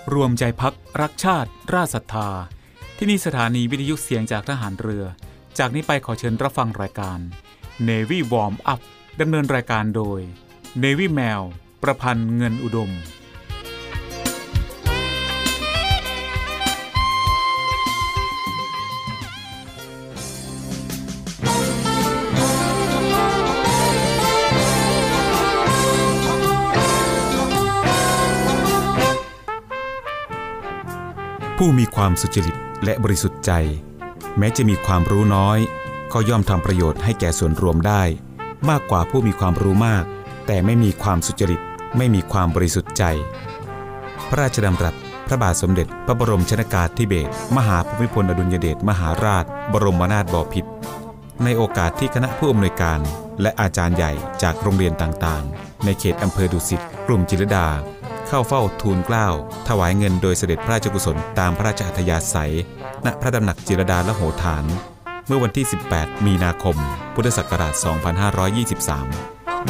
รวมใจพักรักชาติราชศรัทธาที่นี่สถานีวิทยุเสียงจากทหารเรือจากนี้ไปขอเชิญรับฟังรายการ Navy Warm Up ดำเนินรายการโดย Navy แมวประพันธ์เงินอุดมผู้มีความสุจริตและบริสุทธิ์ใจแม้จะมีความรู้น้อยก็ย่อมทำประโยชน์ให้แก่ส่วนรวมได้มากกว่าผู้มีความรู้มากแต่ไม่มีความสุจริตไม่มีความบริสุทธิ์ใจพระราชดำรัสพระบาทสมเด็จพระบรมชนกาธิเบศรมหาภูมิพลอดุลยเดชมหาราชบรมนาถบพิตรในโอกาสที่คณะผู้อำนวยการและอาจารย์ใหญ่จากโรงเรียนต่างๆในเขตอำเภอดุสิตกลุ่มจิรดาเข้าเฝ้าทูลเกล้าถวายเงินโดยเสด็จพระราชกุศลตามพระราชอัธยาศัยณพระตำหนักจิรดาลโหฐานเมื่อวันที่ 18 มีนาคม พุทธศักราช 2523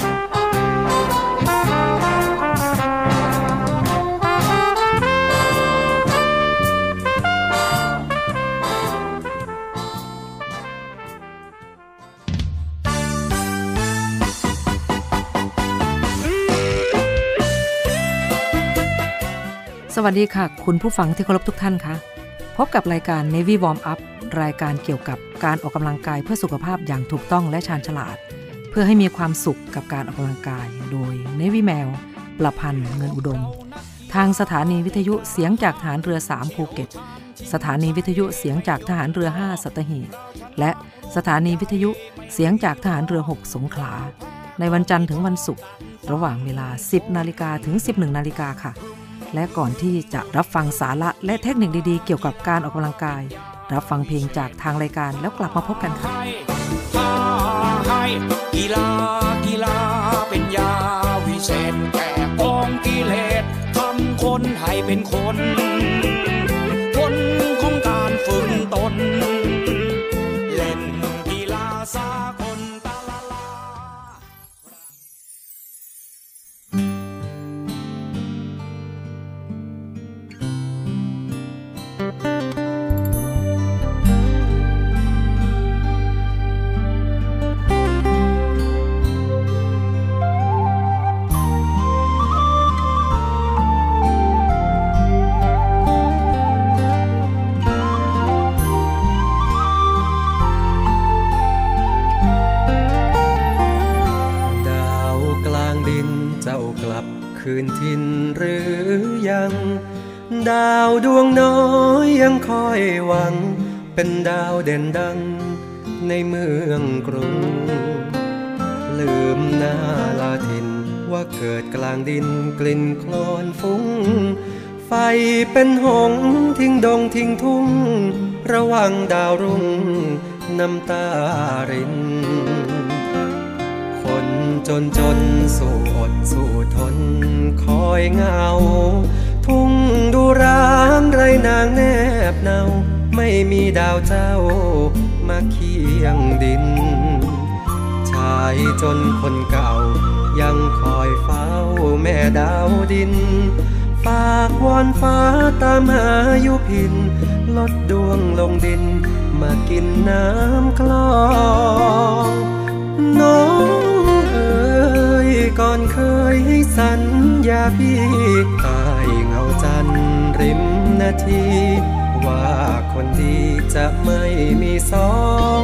สวัสดีค่ะคุณผู้ฟังที่เคารพทุกท่านคะพบกับรายการ Navy Warm Up รายการเกี่ยวกับการออกกำลังกายเพื่อสุขภาพอย่างถูกต้องและชาญฉลาดเพื่อให้มีความสุขกับการออกกำลังกายโดย Navy แมวประพันธ์เงินอุดมทางสถานีวิทยุเสียงจากทหารเรือ3ภูเก็ตสถานีวิทยุเสียงจากทหารเรือ5สัตหีบและสถานีวิทยุเสียงจากทหารเรือ6สงขลาในวันจันทร์ถึงวันศุกร์ระหว่างเวลา 10 นาฬิกาถึง 11 นาฬิกาค่ะและก่อนที่จะรับฟังสาระและเทคนิคดีๆเกี่ยวกับการออกกำลังกายรับฟังเพลงจากทางรายการแล้วกลับมาพบกันค่ะกีฬาเป็นยาวิเศษแก้กองกิเลสทำคนให้เป็นคนของการฝึกตนเล่นกีฬาสากลตะละลาคืนถิ่นหรือยังดาวดวงน้อยยังคอยหวังเป็นดาวเด่นดังในเมืองกรุงลืมหน้าลาถิ่นว่าเกิดกลางดินกลิ่นโคลนฟุ้งไฟเป็นหงส์ทิ้งดงทิ้งทุ่งระวังดาวรุ่งน้ำตารินคนจนสู้อดสู้ทนคอยเหงาทุ่งดูร้างไรนางแนบเนาไม่มีดาวเจ้ามาเคียงดินชายจนคนเก่ายังคอยเฝ้าแม่ดาวดินฝากวอนฟ้าตามหายุพินลดดวงลงดินมากินน้ำคลองน้องเอ๋ยก่อนเคยให้สัญญาพี่ใต้เงาจันทร์ริมนาทีว่าคนดีจะไม่มีสอง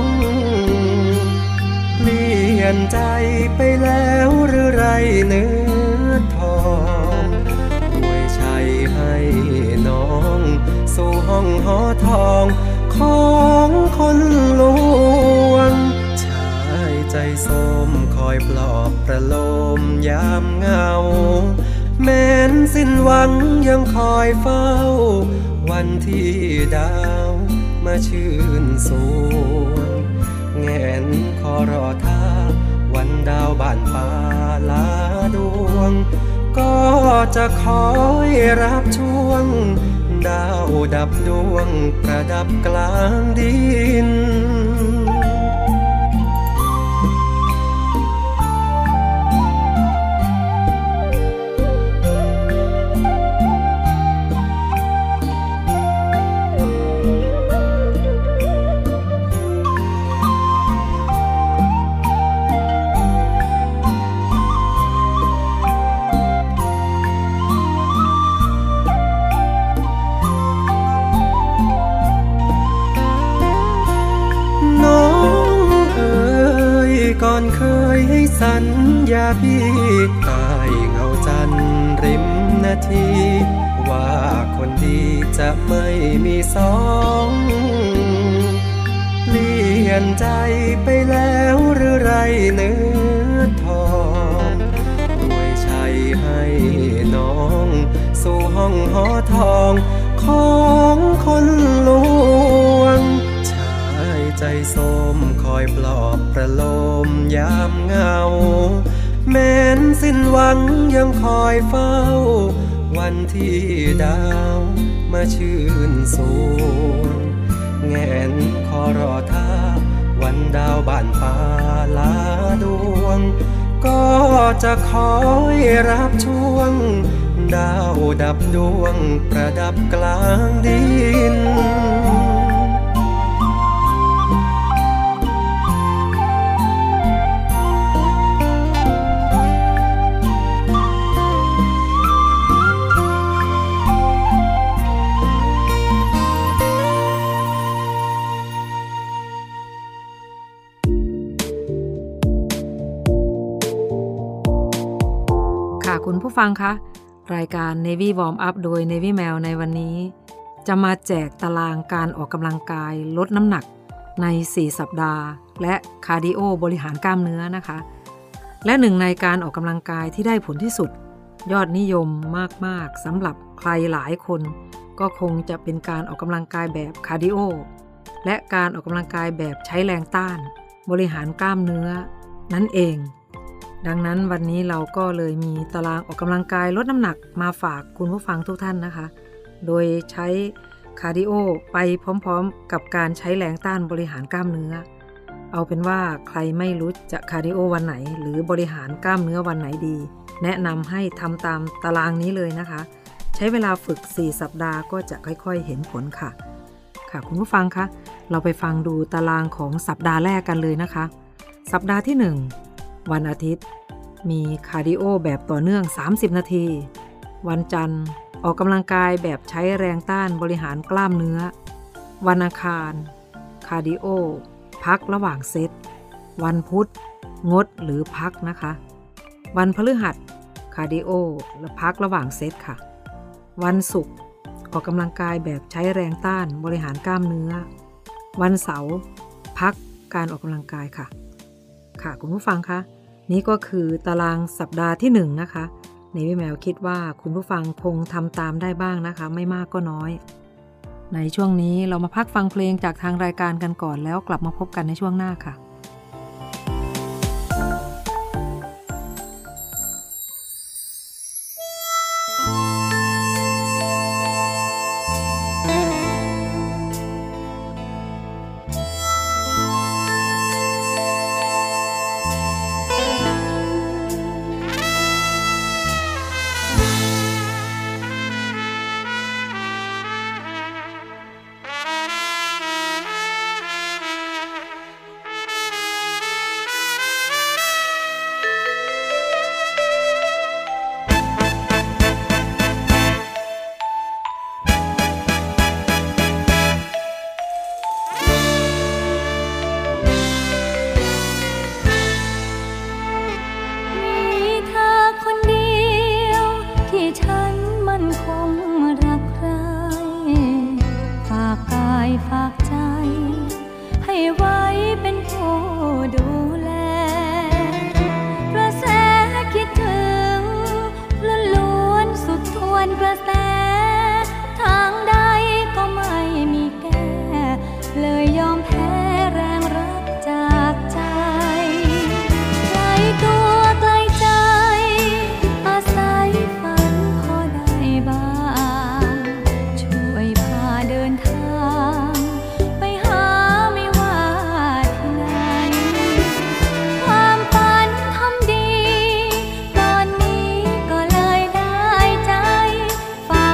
เปลี่ยนใจไปแล้วหรือไรเนื้อทองรวยชัยให้น้องสู่ห้องหอทองของคนลวงชายใจโสมคอยปลอบประโลมยามเหงาแม้นสิ้นหวังยังคอยเฝ้าวันที่ดาวมาชื่นสวงแงนขอรอท่าวันดาวบ้านฟ้าลาดวงก็จะคอยรับช่วงดาวดับดวงประดับกลางดินสัญญาพี่ใต้เงาจันทร์ริมนาทีว่าคนดีจะไม่มีสองเปลี่ยนใจไปแล้วหรือไรเนื้อทองรวยชัยให้น้องสู่ห้องหอทองของคนลวงชายใจโสมคอยปลอบประโลมยามเหงาแม้นสิ้นหวังยังคอยเฝ้าวันที่ดาวมาชื่นสวงแงนขอรอท่าวันดาวบ้านฟ้าลาดวงก็จะคอยรับช่วงดาวดับดวงประดับกลางดินคุณผู้ฟังคะรายการ Navy Warm Up โดย Navy Mail ในวันนี้จะมาแจกตารางการออกกำลังกายลดน้ำหนักใน4สัปดาห์และคาร์ดิโอบริหารกล้ามเนื้อนะคะและหนึ่งในการออกกำลังกายที่ได้ผลที่สุดยอดนิยมมากๆสำหรับใครหลายคนก็คงจะเป็นการออกกำลังกายแบบคาร์ดิโอและการออกกำลังกายแบบใช้แรงต้านบริหารกล้ามเนื้อนั่นเองดังนั้นวันนี้เราก็เลยมีตารางออกกำลังกายลดน้ำหนักมาฝากคุณผู้ฟังทุกท่านนะคะโดยใช้คาร์ดิโอไปพร้อมๆกับการใช้แรงต้านบริหารกล้ามเนื้อเอาเป็นว่าใครไม่รู้จะคาร์ดิโอวันไหนหรือบริหารกล้ามเนื้อวันไหนดีแนะนำให้ทำตามตารางนี้เลยนะคะใช้เวลาฝึก4สัปดาห์ก็จะค่อยๆเห็นผลค่ะคุณผู้ฟังคะเราไปฟังดูตารางของสัปดาห์แรกกันเลยนะคะสัปดาห์ที่1วันอาทิตย์มีคาร์ดิโอแบบต่อเนื่อง30นาทีวันจันทร์ออกกำลังกายแบบใช้แรงต้านบริหารกล้ามเนื้อวันอังคารคาร์ดิโอพักระหว่างเซตวันพุธงดหรือพักนะคะวันพฤหัสคาร์ดิโอและพักระหว่างเซตค่ะวันศุกร์ออกกำลังกายแบบใช้แรงต้านบริหารกล้ามเนื้อวันเสาร์พักการออกกำลังกายค่ะคุณผู้ฟังคะนี่ก็คือตารางสัปดาห์ที่1นะคะNavy Mailคิดว่าคุณผู้ฟังคงทำตามได้บ้างนะคะไม่มากก็น้อยในช่วงนี้เรามาพักฟังเพลงจากทางรายการกันก่อนแล้วกลับมาพบกันในช่วงหน้าค่ะฝ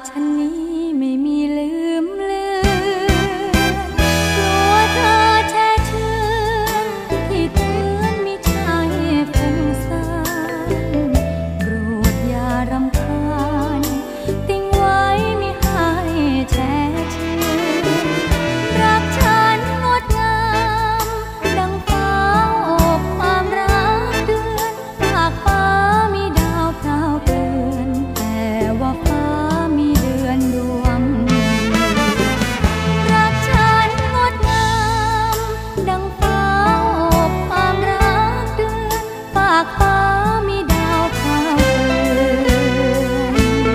ฉันนี้ไม่มีลืมเลือนกลัวเธอแช่เชือนที่เตือนมิใช่ฟุ้งซ่านโปรดอย่ารำคาญติ้งไว้ไม่ให้แช่เชือนรักฉันงดงามดังฟ้าโอบความรักเดือนฝากฟ้ามีดาวพราวเตือนแต่ว่าฟ้ามีเดือนดวงรักฉันงดงามดังฟ้าโอบความรักเดือนฝากฟ้ามีดาวพราวเตือน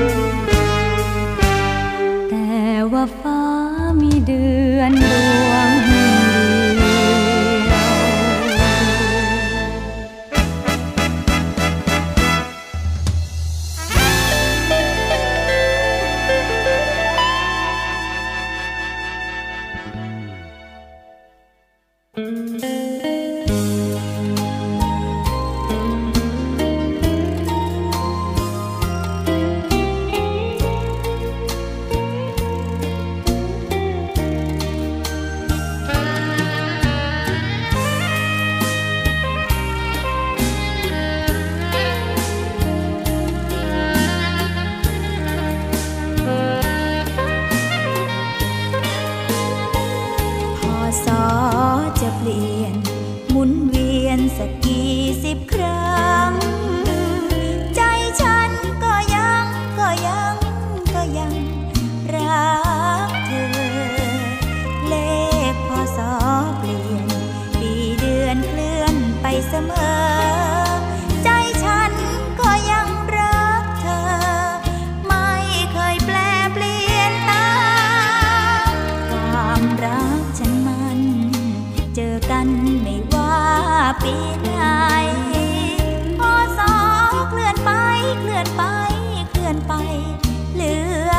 แต่ว่าฟ้ามีเดือนดวงเดียว พอสอจะเปลี่ยนหมุนเวียนสักกี่สิบครั้งใจฉันก็ยังรักเธอเลขพอสอเปลี่ยนปีเดือนเคลื่อนไปเสมอใจฉันก็ยังรักเธอไม่เคยแปรเปลี่ยนตามความรักฉันมันเจอกันไม่ว่าปีไหนพอสอเคลื่อนไปเหลือ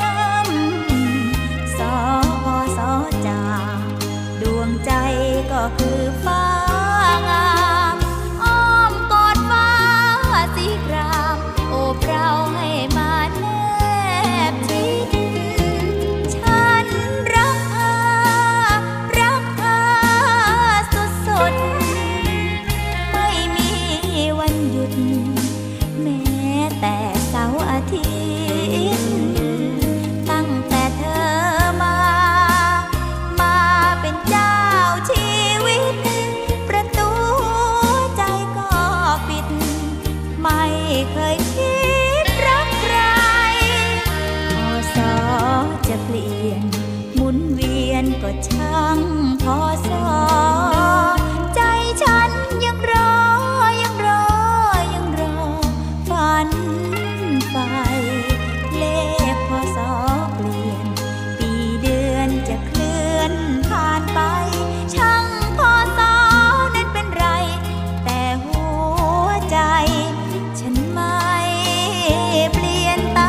สอพอสอจากดวงใจก็คือฟ้างามอ้อมกอดฟ้าสีครามโอบเราให้มาแนบชิดฉันรักเธอสุดๆไม่มีวันหยุดแม้แต่เสาร์อาทิตย์ตั้งแต่เธอมาเป็นเจ้าชีวิตประตูใจก็ปิดไม่เคยคิดรักใครพอสอจะเปลี่ยนหมุนเวียนก็ช่างพอสอใจฉันยังรอฝันไปเลขพอสอเปลี่ยนปีเดือนจะเคลื่อนผ่านไปช่างพอสอนั้นเป็นไรแต่หัวใจฉันไม่เปลี่ยนตาม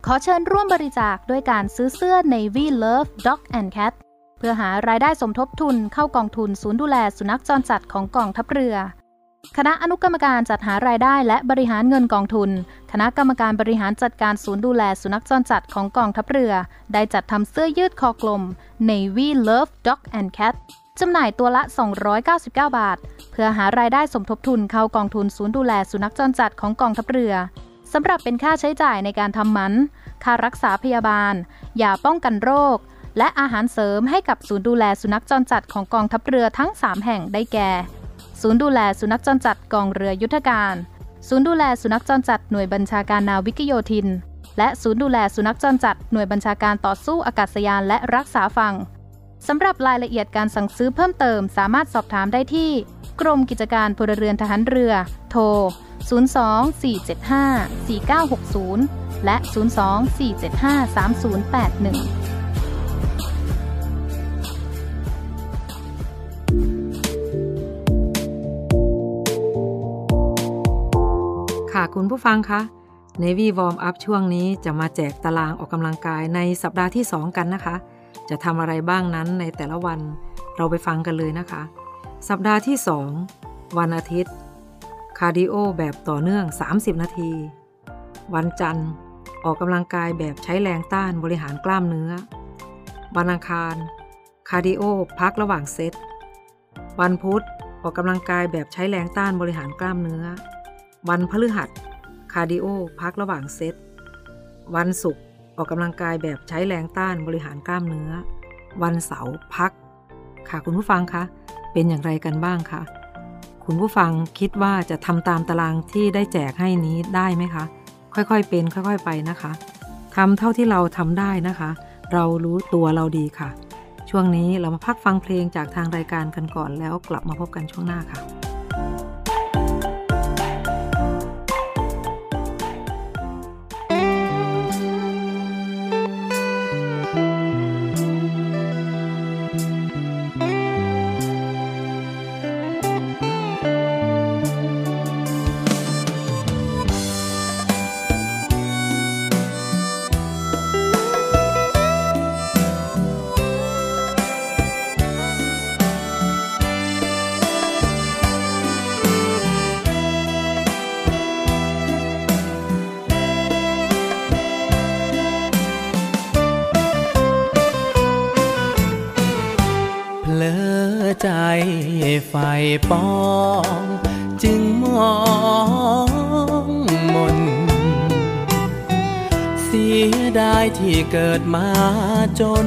ขอเชิญร่วมบริจาคด้วยการซื้อเสื้อ Navy Love Dog and Cat เพื่อหารายได้สมทบทุนเข้ากองทุนศูนย์ดูแลสุนัขจรจัดของกองทัพเรือคณะอนุกรรมการจัดหารายได้และบริหารเงินกองทุนคณะกรรมการบริหารจัดการศูนย์ดูแลสุนัขจรจัดของกองทัพเรือได้จัดทำเสื้อยืดคอกลม Navy Love Dog and Cat จำหน่ายตัวละ299 บาทเพื่อหารายได้สมทบทุนเข้ากองทุนศูนย์ดูแลสุนัขจรจัดของกองทัพเรือสำหรับเป็นค่าใช้จ่ายในการทำหมันค่ารักษาพยาบาลยาป้องกันโรคและอาหารเสริมให้กับศูนย์ดูแลสุนัขจรจัดของกองทัพเรือทั้ง3แห่งได้แก่ศูนย์ดูแลสุนัขจรจัดกองเรือยุทธการศูนย์ดูแลสุนัขจรจัดหน่วยบัญชาการนาวิกโยธินและศูนย์ดูแลสุนัขจรจัดหน่วยบัญชาการต่อสู้อากาศยานและรักษาฝั่งสำหรับรายละเอียดการสั่งซื้อเพิ่มเติมสามารถสอบถามได้ที่กรมกิจการพลเรือนทหารเรือโทร024754960และ024753081 ค่ะคุณผู้ฟังคะ Navy Warm Up ช่วงนี้จะมาแจกตารางออกกำลังกายในสัปดาห์ที่2กันนะคะจะทำอะไรบ้างนั้นในแต่ละวันเราไปฟังกันเลยนะคะสัปดาห์ที่2วันอาทิตย์คาร์ดิโอแบบต่อเนื่อง30นาทีวันจันทร์ออกกำลังกายแบบใช้แรงต้านบริหารกล้ามเนื้อวันอังคารคาร์ดิโอพักระหว่างเซตวันพุธออกกำลังกายแบบใช้แรงต้านบริหารกล้ามเนื้อวันพฤหัสคาร์ดิโอพักระหว่างเซตวันศุกร์ออกกำลังกายแบบใช้แรงต้านบริหารกล้ามเนื้อวันเสาร์พักค่ะคุณผู้ฟังคะเป็นอย่างไรกันบ้างคะคุณผู้ฟังคิดว่าจะทำตามตารางที่ได้แจกให้นี้ได้ไหมคะค่อยๆเป็นค่อยๆไปนะคะทำเท่าที่เราทำได้นะคะเรารู้ตัวเราดีค่ะช่วงนี้เรามาพักฟังเพลงจากทางรายการกันก่อนแล้วกลับมาพบกันช่วงหน้าค่ะใจไฟปองจึงมองมนเสียดายที่เกิดมาจน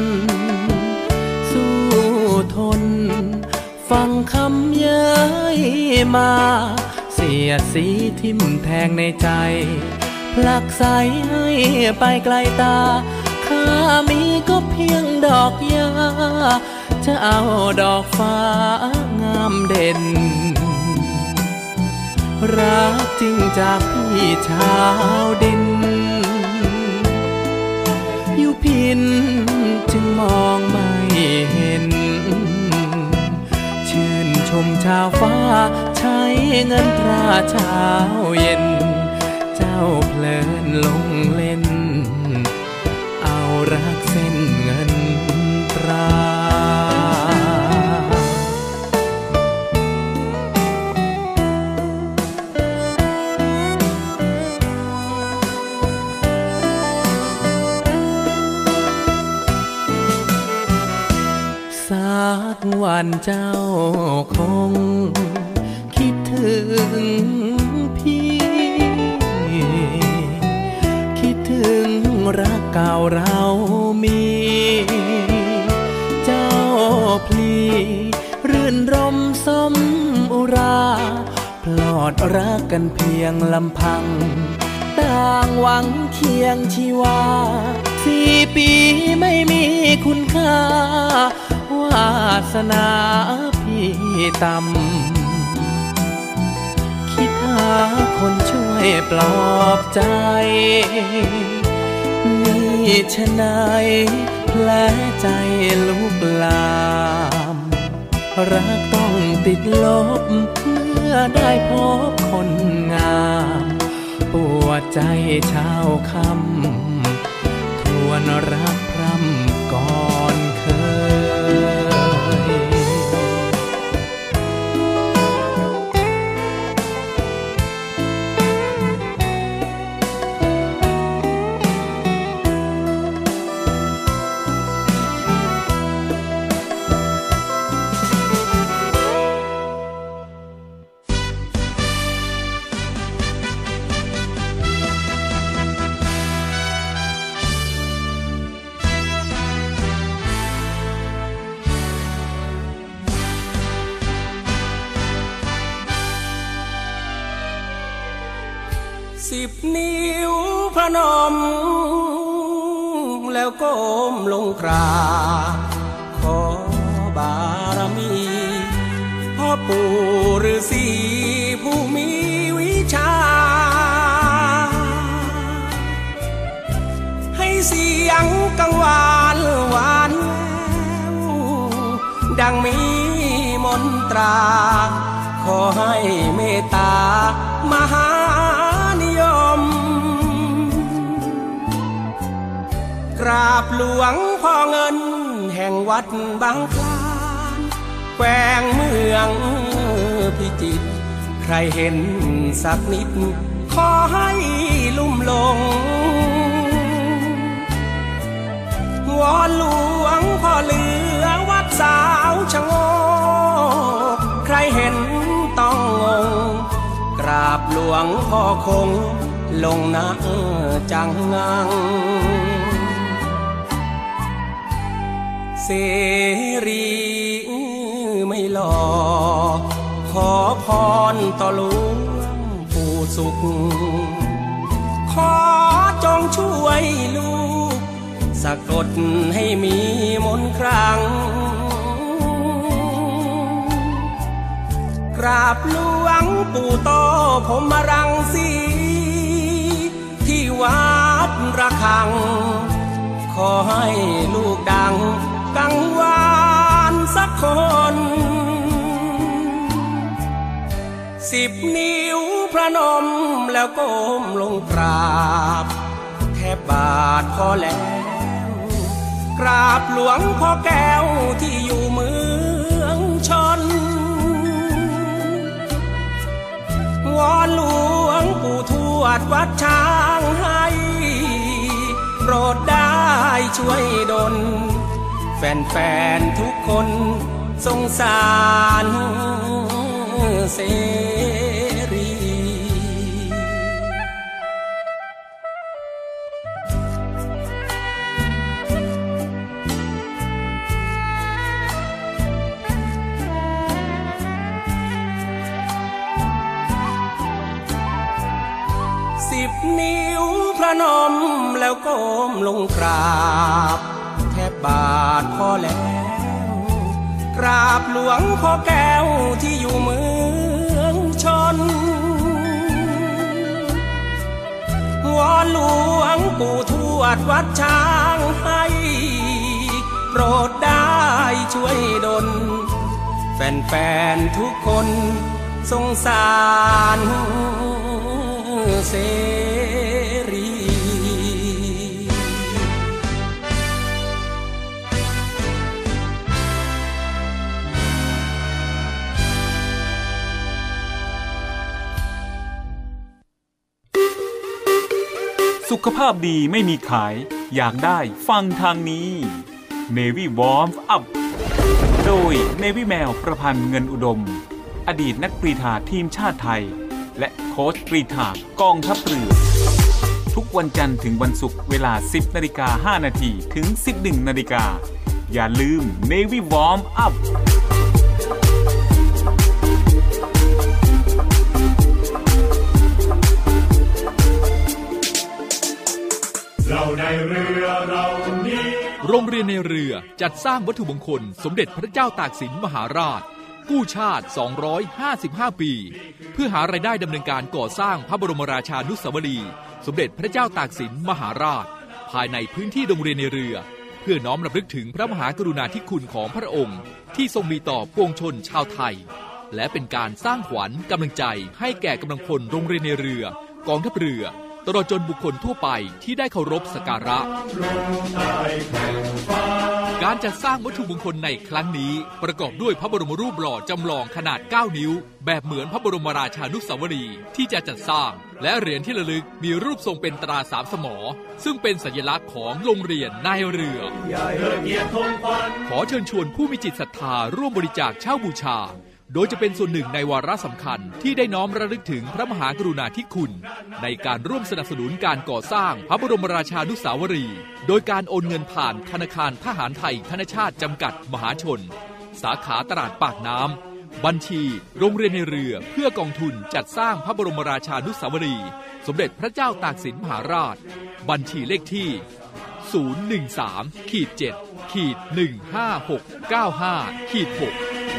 สู้ทนฟังคำเย้ยมาเสียดสีทิ่มแทงในใจผลักไสให้ไปไกลตาข้ามีก็เพียงดอกหญ้าจะเอาดอกฟ้างามเด่นรักจริงจากพี่ชาวดินอยู่พินจึงมองไม่เห็นชื่นชมชาวฟ้าใช้เงินตราเช้าเย็นเจ้าเพลินลงเล่นเอารักเส้นเงินตราสักวันเจ้าคงคิดถึงพี่คิดถึงรักเก่าเรามีเจ้าพลีรื่นรมสมอุราปลอดรักกันเพียงลำพังต่างหวังเคียงชีวา4 ปีไม่มีคุณค่าวาสนาพี่ต่ำคิดหาคนช่วยปลอบใจนี่ฉะไหนแผลใจลุกลามรักต้องติดลบเมื่อได้พบคนงามปวดใจเช้าค่ำนมแล้วก้มลงกราบขอบารมีพ่อปู่ฤาษีผู้มีวิชาให้เสียงกังวานหวานดังมีมนตราขอให้เมตตามหานิยมกราบหลวงพ่อเงินแห่งวัดบางคลานแขวงเมืองพิจิตรใครเห็นสักนิดขอให้ลุ่มหลงวอนหลวงพ่อเหลือวัดสาวชะโงกใครเห็นต้องงงกราบหลวงพ่อคงลงนะจังงังเสรีไม่หล่อขอพรต่อหลวงปู่สุขขอจงช่วยลูกสะกดให้มีมนต์ครั้งกราบหลวงปู่โตผมมารังสีที่วัดระฆังขอให้ลูกดังกังวานสักคน10 นิ้วพระนมแล้วก้มลงกราบแทบบาทพอแล้วกราบหลวงพ่อแก้วที่อยู่เมืองชนวอนหลวงปู่ทวดวัดช้างให้โปรดได้ช่วยดลแฟนๆทุกคนสงสารเสรี10 นิ้วพระนมแล้วก้มลงกราบแทบบาทพอแล้วกราบหลวงพ่อแก้วที่อยู่เมืองชนวอนหลวงปู่ทวดวัดช้างให้โปรดได้ช่วยดลแฟนๆทุกคนสงสารเสรีสุขภาพดีไม่มีขายอยากได้ฟังทางนี้ Navy Warm Up โดย Navy แมวประพันธ์เงินอุดมอดีตนักกรีฑาทีมชาติไทยและโค้ชกรีฑากองทัพเรือทุกวันจันทร์ถึงวันศุกร์เวลา 10:05 น.ถึง 11:00 น.อย่าลืม Navy Warm Up เราในเรือเรานี้โรงเรียนในเรือจัดสร้างวัตถุมงคลสมเด็จพระเจ้าตากสินมหาราชกู้ชาติ255 ปีเพื่อหารายได้ดำเนินการก่อสร้างพระบรมราชานุสาวรีย์สมเด็จพระเจ้าตากสินมหาราชภายในพื้นที่โรงเรียนในเรือเพื่อน้อมรำลึกถึงพระมหากรุณาธิคุณของพระองค์ที่ทรงมีต่อปวงชนชาวไทยและเป็นการสร้างขวัญกำลังใจให้แก่กำลังพลโรงเรียนในเรือกองทัพเรือตลอดจนบุคคลทั่วไปที่ได้เคารพสักการะการจัดสร้างวัตถุมงคลในครั้งนี้ประกอบด้วยพระบรมรูปหล่อจำลองขนาด9 นิ้วแบบเหมือนพระบรมราชานุสาวรีย์ที่จะจัดสร้างและเหรียญที่ระลึกมีรูปทรงเป็นตรา3 สมอซึ่งเป็นสัญลักษณ์ของโรงเรียนนายเรือขอเชิญชวนผู้มีจิตศรัทธาร่วมบริจาคเช่าบูชาโดยจะเป็นส่วนหนึ่งในวาระสำคัญที่ได้น้อมระลึกถึงพระมหากรุณาธิคุณในการร่วมสนับสนุนการก่อสร้างพระบรมราชานุสาวรีย์โดยการโอนเงินผ่านธนาคารทหารไทยธนชาติจำกัดมหาชนสาขาตลาดปากน้ำบัญชีโรงเรียนในเรือเพื่อกองทุนจัดสร้างพระบรมราชานุสาวรีย์สมเด็จพระเจ้าตากสินมหาราชบัญชีเลขที่ 013-7-15695-6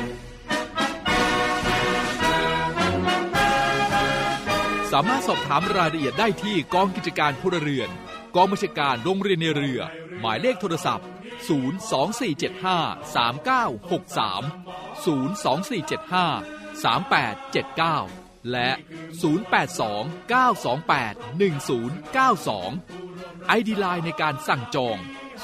สามารถสอบถามรายละเอียดได้ที่กองกิจการพลเรือนกองบัญชาการโรงเรียนในเรือหมายเลขโทรศัพท์ 024753963 024753879 และ 0829281092 ID ไลน์ในการสั่งจอง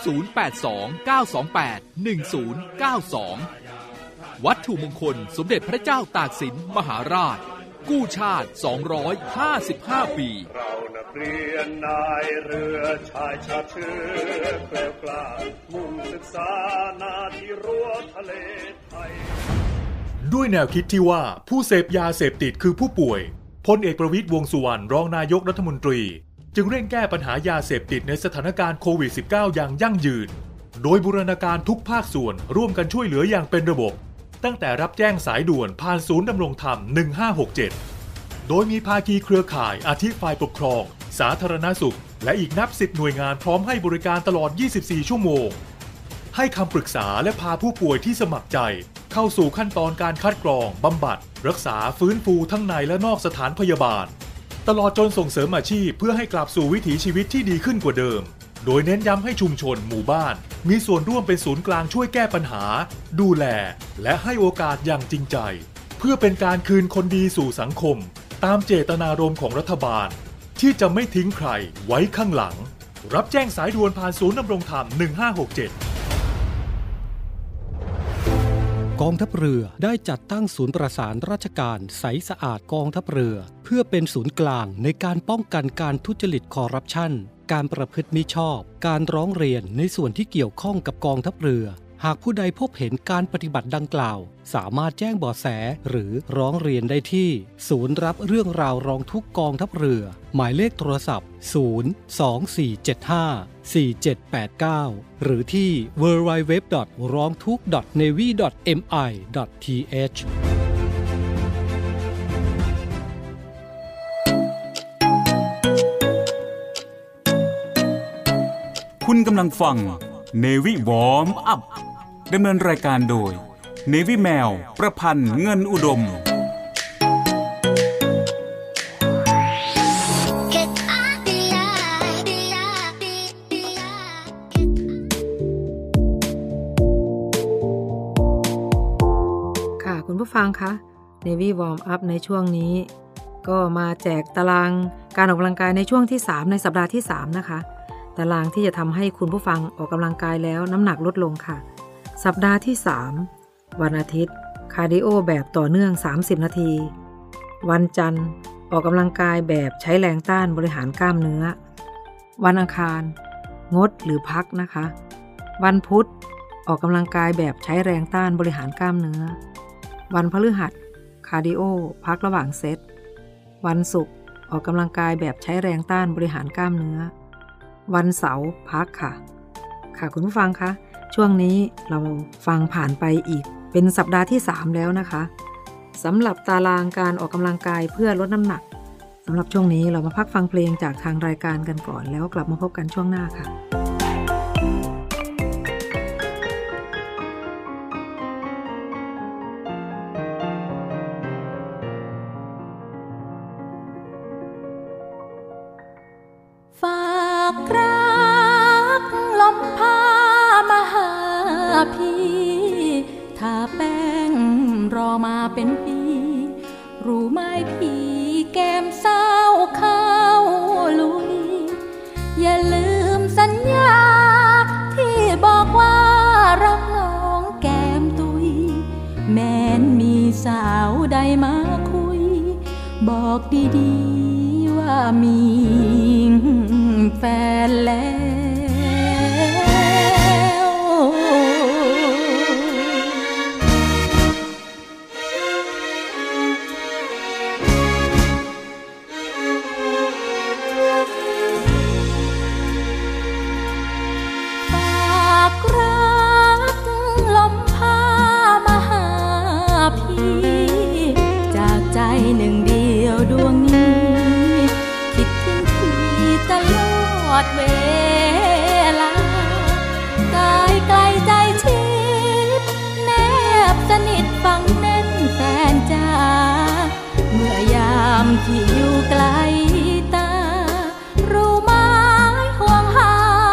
0829281092 วัตถุมงคลสมเด็จพระเจ้าตากสินมหาราชกู้ชาติ255 ปีเรานักเรียนนายเรือชายชาติเชื้อแกล้วกล้ามุ่งศึกษานาที่รั้วทะเลไทยด้วยแนวคิดที่ว่าผู้เสพยาเสพติดคือผู้ป่วยพลเอกประวิตร วงษ์สุวรรณรองนายกรัฐมนตรีจึงเร่งแก้ปัญหายาเสพติดในสถานการณ์โควิด -19 อย่างยั่งยืนโดยบูรณาการทุกภาคส่วนร่วมกันช่วยเหลืออย่างเป็นระบบตั้งแต่รับแจ้งสายด่วนผ่านศูนย์ดำรงธรรม 1567 โดยมีภาคีเครือข่ายอาทิฝ่ายปกครองสาธารณสุขและอีกนับ10หน่วยงานพร้อมให้บริการตลอด 24 ชั่วโมงให้คำปรึกษาและพาผู้ป่วยที่สมัครใจเข้าสู่ขั้นตอนการคัดกรองบำบัดรักษาฟื้นฟูทั้งในและนอกสถานพยาบาลตลอดจนส่งเสริมอาชีพเพื่อให้กลับสู่วิถีชีวิตที่ดีขึ้นกว่าเดิมโดยเน้นย้ำให้ชุมชนหมู่บ้านมีส่วนร่วมเป็นศูนย์กลางช่วยแก้ปัญหาดูแลและให้โอกาสอย่างจริงใจเพื่อเป็นการคืนคนดีสู่สังคมตามเจตนารมณ์ของรัฐบาลที่จะไม่ทิ้งใครไว้ข้างหลังรับแจ้งสายด่วนผ่านศูนย์ดำรงธรรม 1567 กองทัพเรือได้จัดตั้งศูนย์ประสานราชการใสสะอาดกองทัพเรือเพื่อเป็นศูนย์กลางในการป้องกันการทุจริตคอร์รัปชันการประพฤติมิชอบการร้องเรียนในส่วนที่เกี่ยวข้องกับกองทัพเรือหากผู้ใดพบเห็นการปฏิบัติดังกล่าวสามารถแจ้งเบาะแสหรือร้องเรียนได้ที่ศูนย์รับเรื่องราวร้องทุกข์กองทัพเรือหมายเลขโทรศัพท์ 024754789 หรือที่ www.rongthuk.navy.mi.th คุณกำลังฟัง Navy Warm Up ดำเนินรายการโดย Navy แมวประพันธ์เงินอุดมค่ะคุณผู้ฟังคะ Navy Warm Up ในช่วงนี้ก็มาแจกตารางการออกกำลังกายในช่วงที่3ในสัปดาห์ที่3นะคะตารางที่จะทำให้คุณผู้ฟังออกกำลังกายแล้วน้ำหนักลดลงค่ะสัปดาห์ที่3วันอาทิตย์คาร์ดิโอแบบต่อเนื่อง30นาทีวันจันทร์ออกกำลังกายแบบใช้แรงต้านบริหารกล้ามเนื้อวันอังคารงดหรือพักนะคะวันพุธออกกำลังกายแบบใช้แรงต้านบริหารกล้ามเนื้อวันพฤหัสคาร์ดิโอพักระหว่างเซตวันศุกร์ออกกำลังกายแบบใช้แรงต้านบริหารกล้ามเนื้อวันเสาร์พักค่ะคุณผู้ฟังคะช่วงนี้เราฟังผ่านไปอีกเป็นสัปดาห์ที่3แล้วนะคะสำหรับตารางการออกกำลังกายเพื่อลดน้ำหนักสำหรับช่วงนี้เรามาพักฟังเพลงจากทางรายการกันก่อนแล้วกลับมาพบกันช่วงหน้าค่ะฝากรักลมพามาหาพี่ถ้าแป้งรอมาเป็นปีรู้ไหมพี่แก้มเศร้าเข้าลุยอย่าลืมสัญญาที่บอกว่ารักน้องแก้มตุยแม้นมีสาวใดมาคุยบอกดีๆว่ามีแฟนแล้วฝากรักลมพามาหาพี่ดเวลากายไกลใจชิดแนบสนิทฟังแน่นแฟนจ้าเมื่อยามที่อยู่ไกลตารู้ไหมห่วงหา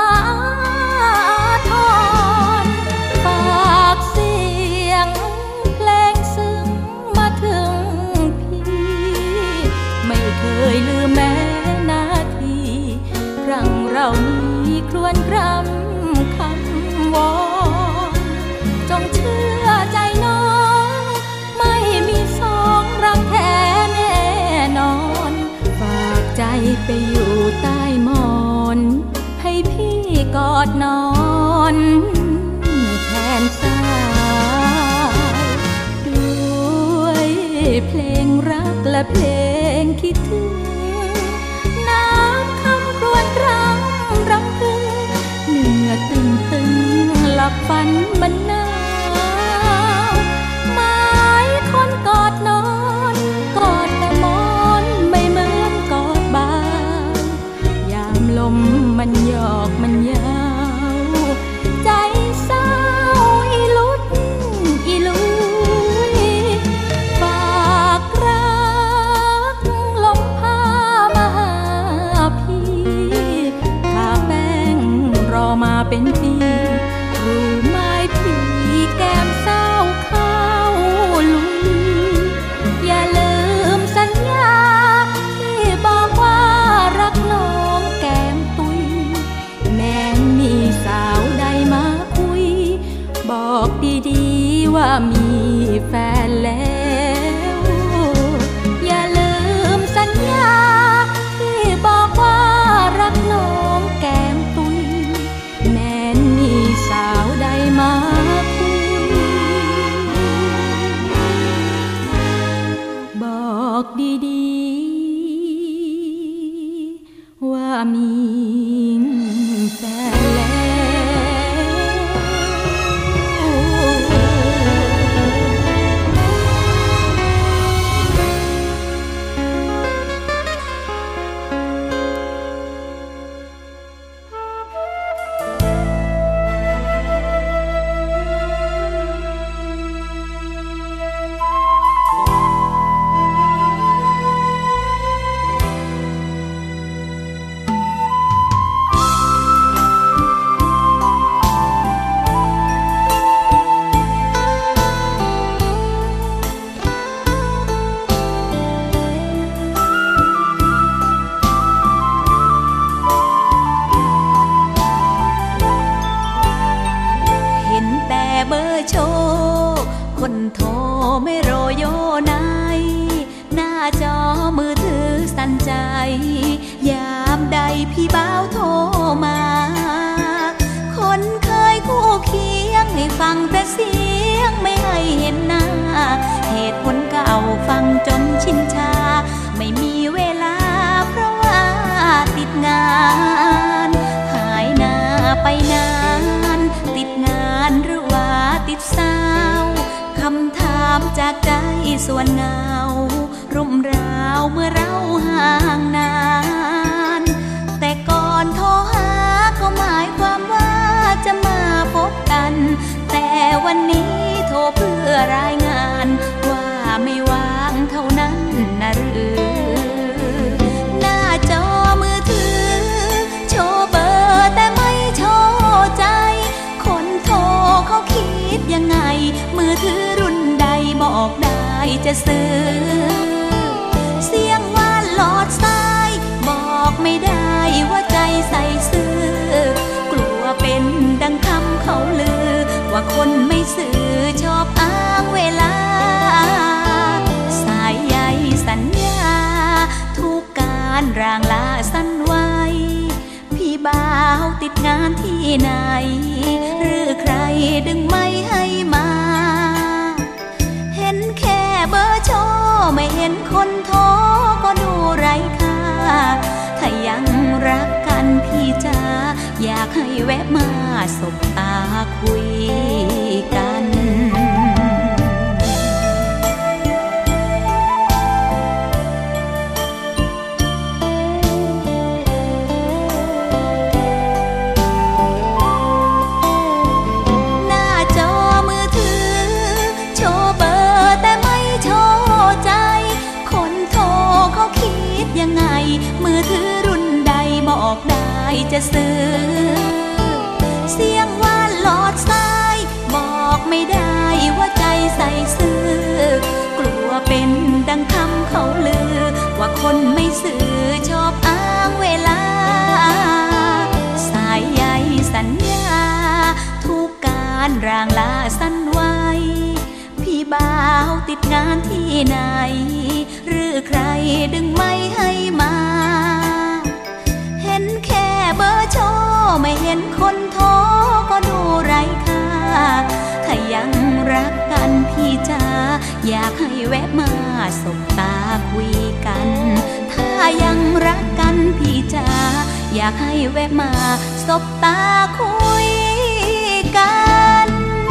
ทอนฝากเสียงเพลงซึ้งมาถึงพี่ไม่เคยลืมแม้นาทีครั้งเรานี้ครวญครำคำวอนจงเชื่อใจน้องไม่มีสองรักแท้แน่นอนฝากใจไปอยู่ใต้หมอนให้พี่กอดนอนแทนสายด้วยเพลงรักและเพลงคิดถึงน้ำคำครวญครำรำพึงเหนื่อตึงหลับฝันมันหนาวหมายคนกอดนอนกอดแต่มอนไม่เหมือนกอดบางยามลมมันหยอกมันยาวใจเศร้าอีลุดอีลุยฝากรักลมพามาหาพี่ทาแป้งรอมาเป็นปีรู้ไหมพี่แก้มเศร้าเข้าลุยอย่าลืมสัญญาที่บอกว่ารักน้องแก้มตุยแม้มีสาวใดมาคุยบอกดีๆว่ามีแฟนแล้วอย่าลืมสัญญาที่บอกว่ารักน้องแก้มตุยแม้มีสาวใดมาคุยบอกดีๆว่ามีแฟนแล้ว ยามใดพี่บ่าวโทรมาคนเคยคู่เคียงให้ฟังแต่เสียงไม่ให้เห็นหน้าเหตุผลเก่าฟังจนชินชาไม่มีเวลาเพราะว่าติดงานหายหน้าไปนานติดงานหรือว่าติดสาวคำถามจากใจส่วนเงารุ่มราวเมื่อเราห่างนานแต่ก่อนโทรหาก็หมายความว่าจะมาพบกันแต่วันนี้โทรเพื่อรายงานว่าไม่ว่างเท่านั้นนะหรือหน้าจอมือถือโชว์เบอร์แต่ไม่โชว์ใจคนโทรเขาคิดยังไงมือถือรุ่นใดบอกได้จะซื้อเสียงว่าหลอดสายบอกไม่ได้ว่าใจใส่ซื่อกลัวเป็นดังคำเขาลือว่าคนไม่ซื่อชอบอ้างเวลาสายใยสัญญาทุกการร่างลาสั้นไว้พี่บ่าวติดงานที่ไหนหรือใครดึงไม่ให้มาเห็นแค่เบอร์โชว์ไม่เห็นคนโทรก็ดูไร้ค่าถ้ายังรักกันพี่จ๋าอยากให้แวะมาสบตาคุยกันจะซื้อเสียงว่านหลอดสายบอกไม่ได้ว่าใจใส่ซื่อกลัวเป็นดังคำเขาลือว่าคนไม่ซื่อชอบอ้างเวลาสายใยสัญญาทุกการร่างลาสั้นไว้พี่บ่าวติดงานที่ไหนหรือใครดึงไม่ให้มาเห็นแค่เบอร์โชว์ไม่เห็นคนโทรก็ดูไร้ค่าถ้ายังรักกันพี่จ๋าอยากให้แวะมาสบตาคุยกันถ้ายังรักกันพี่จ๋าอยากให้แวะมาสบตาคุยกัน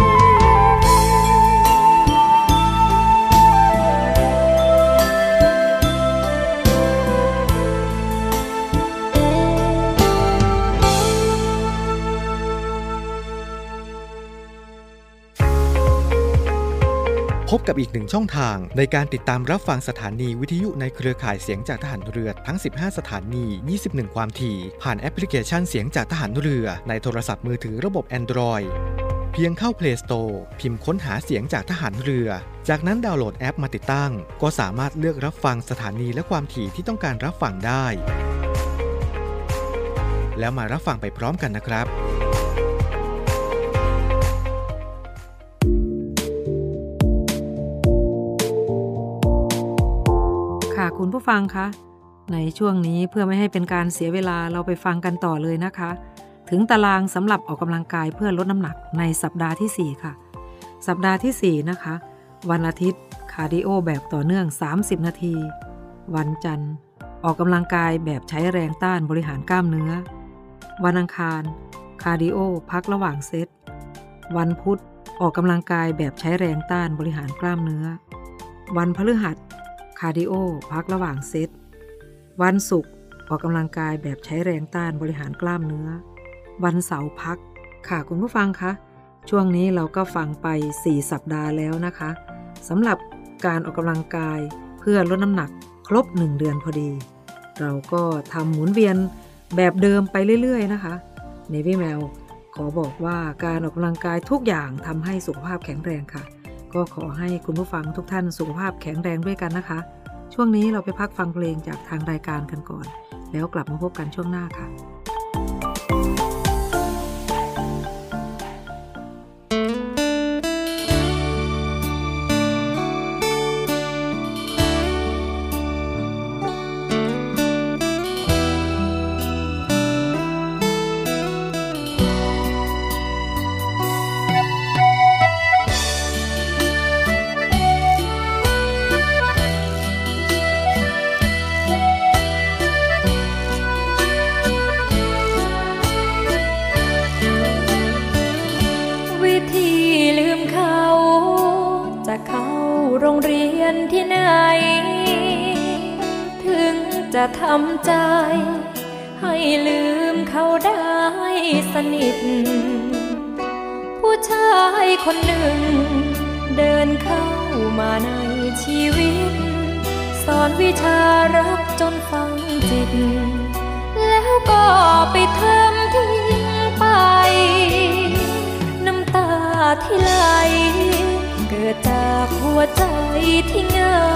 พบกับอีกหนึ่งช่องทางในการติดตามรับฟังสถานีวิทยุในเครือข่ายเสียงจากทหารเรือทั้ง15สถานี 21 ความถี่ผ่านแอปพลิเคชันเสียงจากทหารเรือในโทรศัพท์มือถือระบบ Android เพียงเข้า Play Store พิมพ์ค้นหาเสียงจากทหารเรือจากนั้นดาวน์โหลดแอปมาติดตั้งก็สามารถเลือกรับฟังสถานีและความถี่ที่ต้องการรับฟังได้แล้วมารับฟังไปพร้อมกันนะครับคุณผู้ฟังคะในช่วงนี้เพื่อไม่ให้เป็นการเสียเวลาเราไปฟังกันต่อเลยนะคะถึงตารางสำหรับออกกำลังกายเพื่อลดน้ำหนักในสัปดาห์ที่4ค่ะสัปดาห์ที่4นะคะวันอาทิตย์คาร์ดิโอแบบต่อเนื่อง30นาทีวันจันทร์ออกกำลังกายแบบใช้แรงต้านบริหารกล้ามเนื้อวันอังคารคาร์ดิโอพักระหว่างเซตวันพุธออกกำลังกายแบบใช้แรงต้านบริหารกล้ามเนื้อวันพฤหัสคาร์ดิโอพักระหว่างเซตวันศุกร์ออกกำลังกายแบบใช้แรงต้านบริหารกล้ามเนื้อวันเสาร์พักค่ะคุณผู้ฟังคะช่วงนี้เราก็ฟังไป4สัปดาห์แล้วนะคะสำหรับการออกกำลังกายเพื่อลดน้ำหนักครบ1เดือนพอดีเราก็ทำหมุนเวียนแบบเดิมไปเรื่อยๆนะคะ Navy Mail ขอบอกว่าการออกกำลังกายทุกอย่างทำให้สุขภาพแข็งแรงค่ะก็ขอให้คุณผู้ฟังทุกท่านสุขภาพแข็งแรงด้วยกันนะคะช่วงนี้เราไปพักฟังเพลงจากทางรายการกันก่อนแล้วกลับมาพบกันช่วงหน้าค่ะที่ไหนถึงจะทำใจให้ลืมเขาได้สนิทผู้ชายคนหนึ่งเดินเข้ามาในชีวิตสอนวิชารักจนฝังจิตแล้วก็ไปทำทิ้งไปน้ำตาที่ไหลเกิดจากหัวใจที่เหงา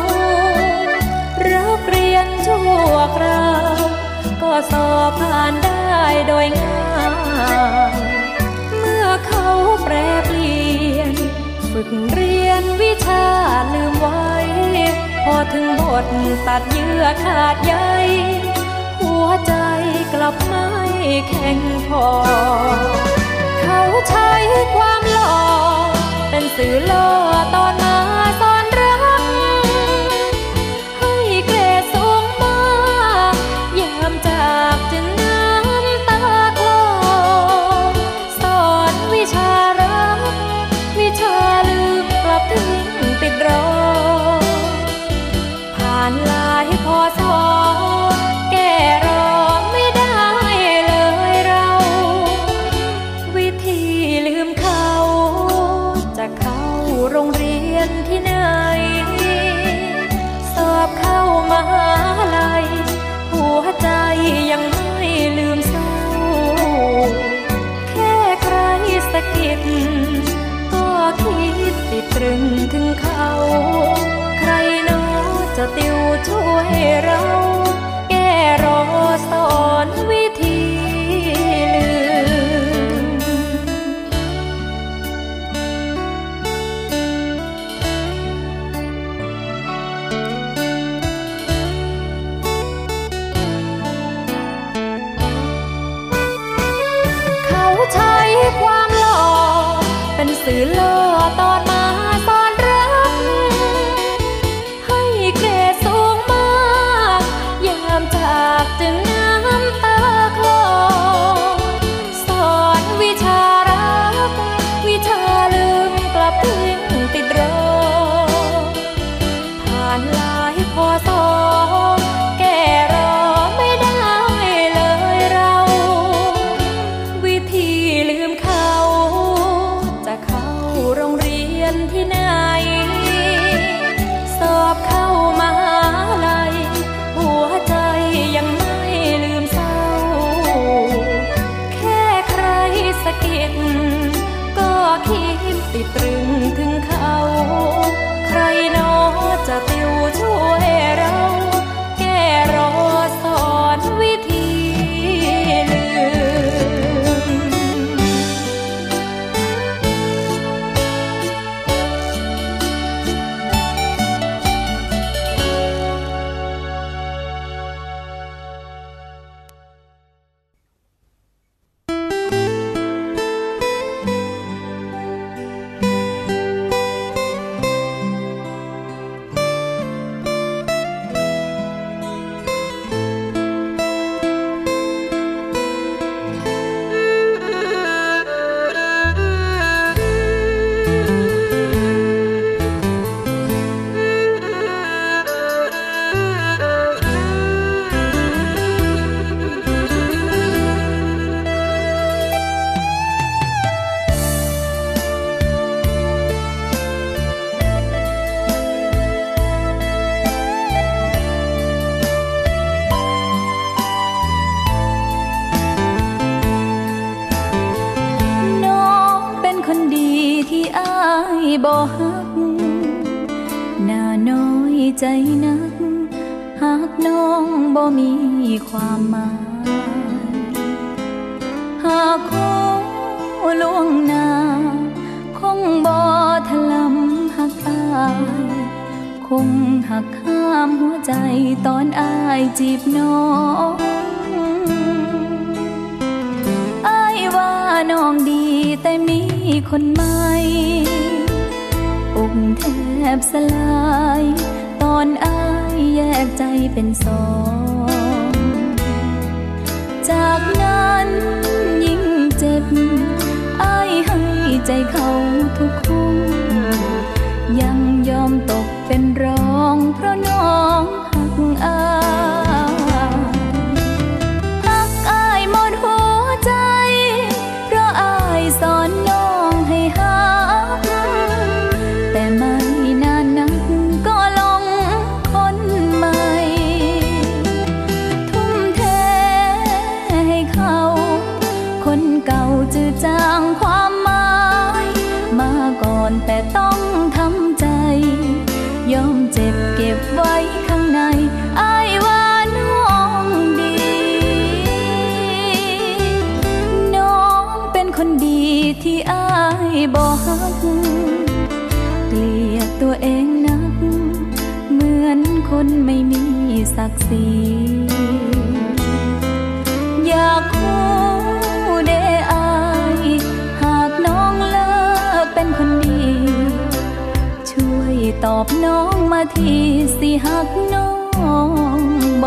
รักเรียนชั่วคราวก็สอบผ่านได้โดยง่ายเมื่อเขาแปรเปลี่ยนฝึกเรียนวิชาลืมไว้พอถึงบทตัดเยื่อขาดใยหัวใจกลับไม่แข็งพอเขาใช้ความหล่อเป็นสื่อล่อตอนมาสอนรักให้เกรดสูงมากยามจากจึงน้ำตาคลอสอนวิชารักวิชาลืมกลับทิ้งติดรอผ่านหลายพศแก้รอไม่ได้เลยเราวิธีลืมเขาจะเข้าโรงเรีถึงเขาใครเนาะจะติวช่วยเราแก้รอสอนวิธีลืมเขาใช้ความหล่อเป็นสื่อล่อตอนมาสอนรักให้เกรดสูงมากยามจากจึงน้ำตาคลอสอนวิชารักวิชาลืมกลับทิ้งติดรอผ่านหลายพศแก่รอไม่ได้เลยเราวิธีลืมเขาจะเข้าโรงเรียนที่ไหนสอบเข้ามหาลัยหัวใจยังไม่ลืมเศร้าแค่ใครสะกิดก็คิดติดตรึงถึงเขาใครเนาะจะติวช่วยเราแก้รอสอนวิธีลืมบ่ฮักน่าน้อยใจนักหากน้องบ่มีความหมายหากคงล่วงหน้าคงบ่ถลำหักอายคงหักห้ามหัวใจตอนอายจีบน้องอายว่าน้องดีแต่มีคนใหม่อกแทบสลายตอนอายแยกใจเป็นสองจากนั้นยิ่งเจ็บอายให้ใจเขาทุกคนยังยอมตกเป็นรองเพราะน้องหักอายหักอายหมดหัวใจเพราะอายสอนน้องให้หักแต่ไม่นานนักก็ลงคนใหม่ทุ่มเทให้เขาคนเก่าจืดจางความหมายมาก่อนแต่ต้องทำใจยอมเจ็บเก็บไว้ข้างในอายว่าน้องดีน้องเป็นคนดีที่อายบ่ฮักเกลียดตัวเองนักเหมือนคนไม่มีศักดิ์ศรีอยากคู่เด้อายหากน้องเลิกเป็นคนดีช่วยตอบน้องมาทีสิหักน้องบ่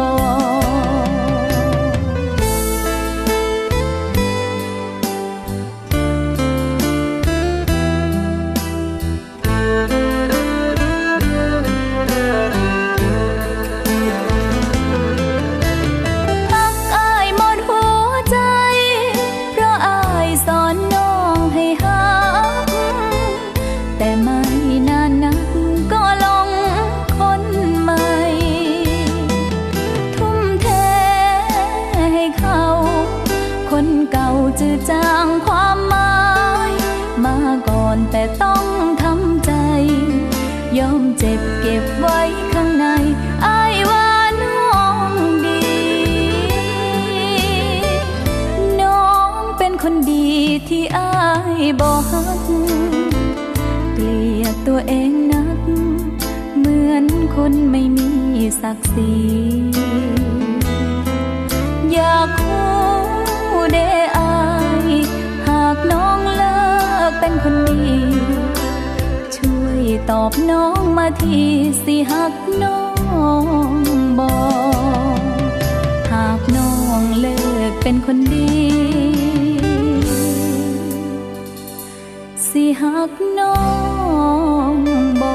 จืดจางความหมายมาก่อนแต่ต้องทำใจยอมเจ็บเก็บไว้ข้างในอ้ายว่าน้องดีน้องเป็นคนดีที่อ้ายบ่ฮักเกลียดตัวเองนักเหมือนคนไม่มีศักดิ์ศรีอยากคู่เด้อายหากน้องเลิกเป็นคนดีช่วยตอบน้องมาทีสิหักน้องบ่หากน้องเลิกเป็นคนดีสิหักน้องบ่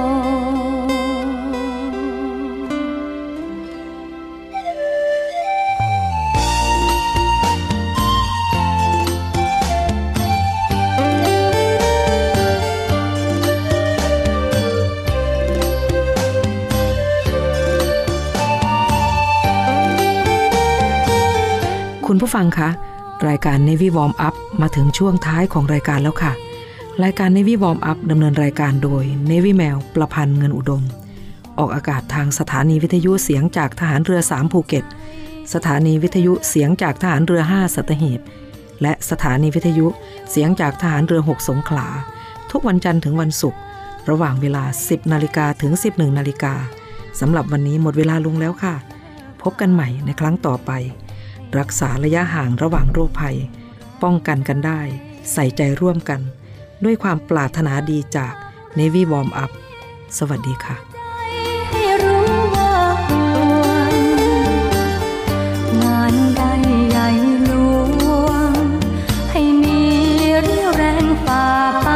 คุณผู้ฟังคะรายการ Navy Warm Up มาถึงช่วงท้ายของรายการแล้วค่ะรายการ Navy Warm Up ดำเนินรายการโดย Navy แมวประพันธ์เงินอุดมออกอากาศทางสถานีวิทยุเสียงจากทหารเรือ3ภูเก็ตสถานีวิทยุเสียงจากทหารเรือ5สัตหีบและสถานีวิทยุเสียงจากทหารเรือ6สงขลาทุกวันจันทร์ถึงวันศุกร์ระหว่างเวลา 10 นาฬิกาถึง 11 นาฬิกาสำหรับวันนี้หมดเวลาลงแล้วค่ะพบกันใหม่ในครั้งต่อไปรักษาระยะห่างระหว่างโรคภัยป้องกันกันได้ใส่ใจร่วมกันด้วยความปรารถนาดีจาก Navy Warm Up สวัสดีค่ะให้รู้ว่าห่วงงานใดใหญ่หลวงให้มีเรี่ยวแรงฝ่าไป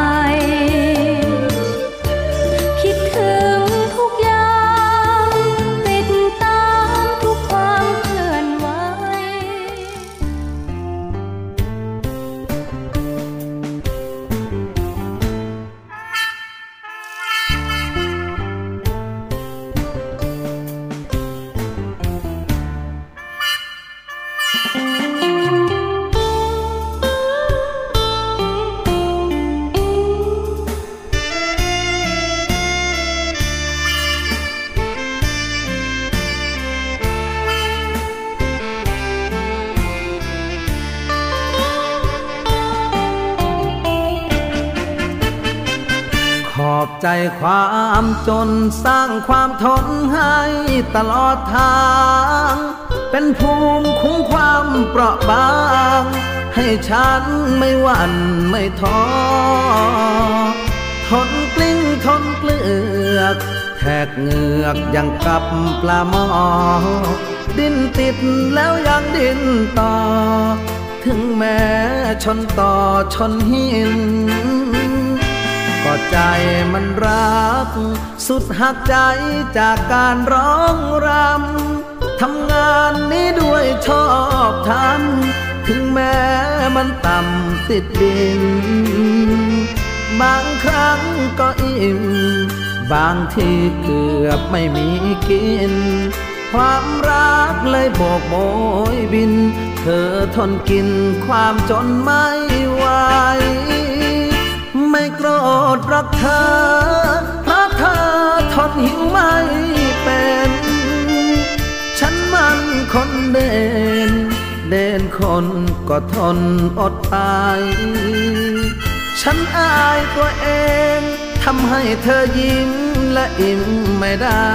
คิดถึงทุกอย่างติดตามทุกความเคลื่อนไหวขอบใจความจนสร้างความทนให้ตลอดทางเป็นภูมิคุ้มความเปราะบางให้ฉันไม่หวั่นไม่ท้อทนกลิ้งทนเกลือกแทกเหงือกยังกับปลาหมอดิ้นติดแล้วยังดิ้นต่อถึงแม้ชนต่อชนหินก็ใจมันรักสุดหักใจจากการร้องรำทำงานนี้ด้วยชอบธรรมถึงแม้มันต่ำติดดินบางครั้งก็อิ่มบางทีเกือบไม่มีกินความรักเลยโบกโบยบินเธอทนกินความจนไม่ไหวไม่โกรธรักเธอเพราะเธอทนหิวไม่เป็นฉันมันคนเด่นคนก็ทนอดตายฉันอายตัวเองทำให้เธอยิ้มและอิ่มไม่ได้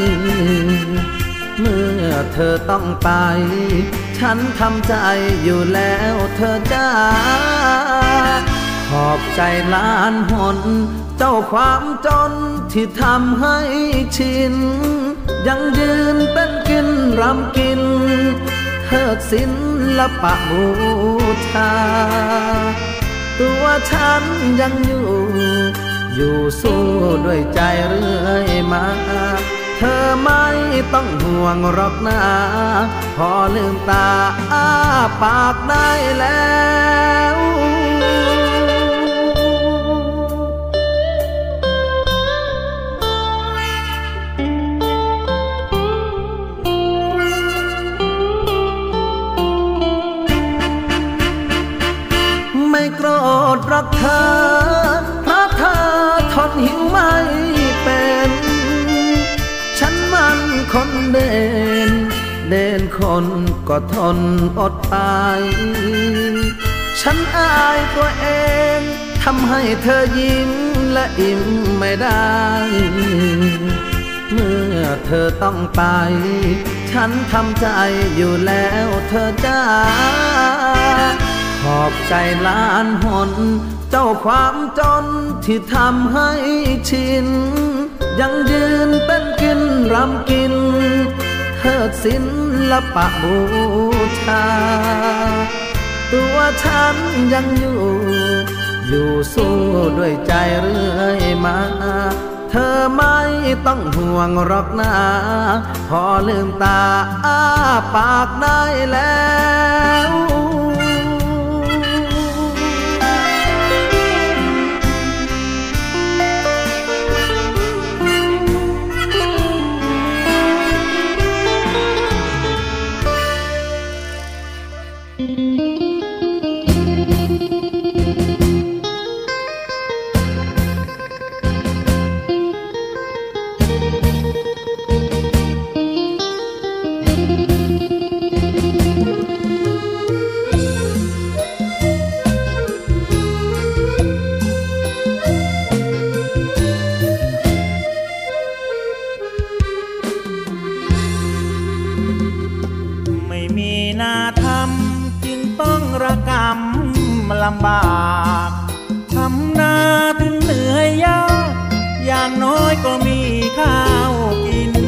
เมื่อเธอต้องไปฉันทำใจอยู่แล้วเธอจ้าขอบใจล้านหนเจ้าความจนที่ทำให้ชินยังยืนเป็นกินรำกินเทิดศิลปะบูชาตัวฉันยังอยู่สู้ด้วยใจเรื่อยมาเธอไม่ต้องห่วงหรอกนะพอลืมตาอ้าปากได้แล้วไม่โกรธรักเธอเพราะเธอทนหิวไม่เป็นนก็ทนอดไปฉันอายตัวเองทำให้เธอยิ้มและอิ่มไม่ได้เมื่อเธอต้องไปฉันทำใจอยู่แล้วเธอจ้าขอบใจล้านหนเจ้าความจนที่ทำให้ชินยังยืนเป็นกินรำกินเทิดศิลปะบูชาตัวฉันยังอยู่สู้ด้วยใจเรื่อยมาเธอไม่ต้องห่วงหรอกนะพอลืมตาอ้าปากได้แล้วลำบากทำนาถึงเหนื่อยยากอย่างน้อยก็มีข้าวกิน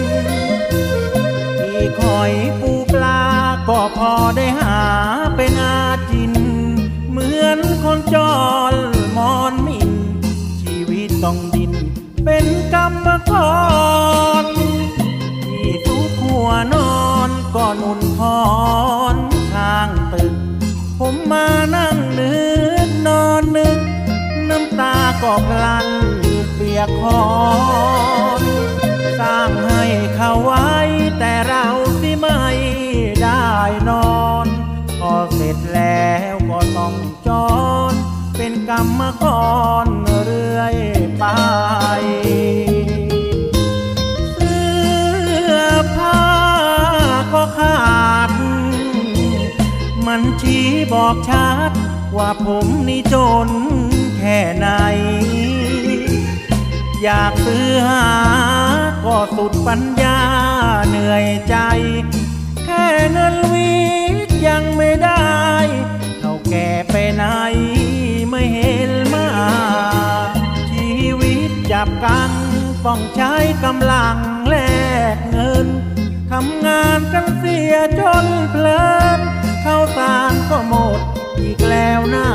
ที่คอยปูปลาก็พอได้หาเป็นอาจินเหมือนคนจรมอนมินชีวิตต้องดินเป็นกรรมกรที่ทุกหัวนอนก็นุ่นพรข้างตึกผมมานั่งนึกนอนนึกน้ำตาก็พลันเปียกคอนสร้างให้เขาไว้แต่เราสิไม่ได้นอนพอเสร็จแล้วก็ต้องจรเป็นกรรมกรเรื่อยไปเสื้อผ้าก็ขาดมันชี้บอกชัดว่าผมนี่จนแค่ไหนอยากซื้อหาก็สุดปัญญาเหนื่อยใจแค่เงินวิทย์ยังไม่ได้เท่าแก่ไปไหนไม่เห็นมาชีวิตจับกันต้องใช้กำลังแลกเงินทำงานกันเสียจนเพลินข้าวสารก็หมดอีกแล้วนะ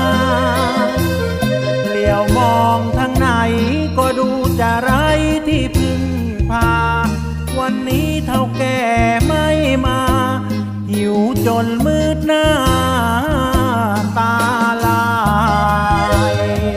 เหลียวมองทางไหนก็ดูจะไร้ที่พึ่งพาวันนี้เท่าแก่ไม่มาหิวจนมืดหน้าตาลาย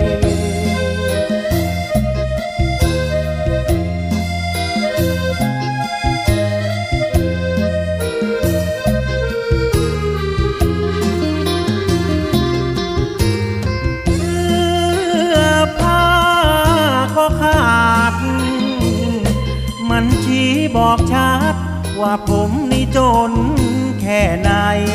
มันชี้บอกชัดว่าผมนี่จนแค่ไหน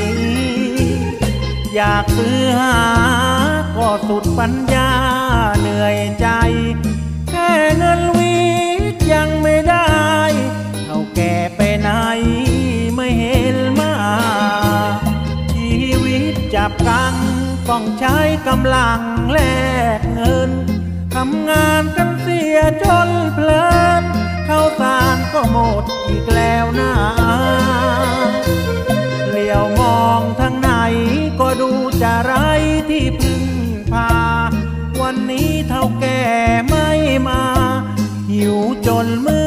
อยากซื้อหาก็สุดปัญญาเหนื่อยใจแค่เงินวิทย์ยังไม่ได้เท่าแก่ไปไหนไม่เห็นมาชีวิตจับกันต้องใช้กำลังแลกเงินทำงานกันเสียจนเพลินข้าวสารก็หมดอีกแล้วนะเหลียวมองทางไหนก็ดูจะไร้ที่พึ่งพาวันนี้เท่าแก่ไม่มาหิวจนมื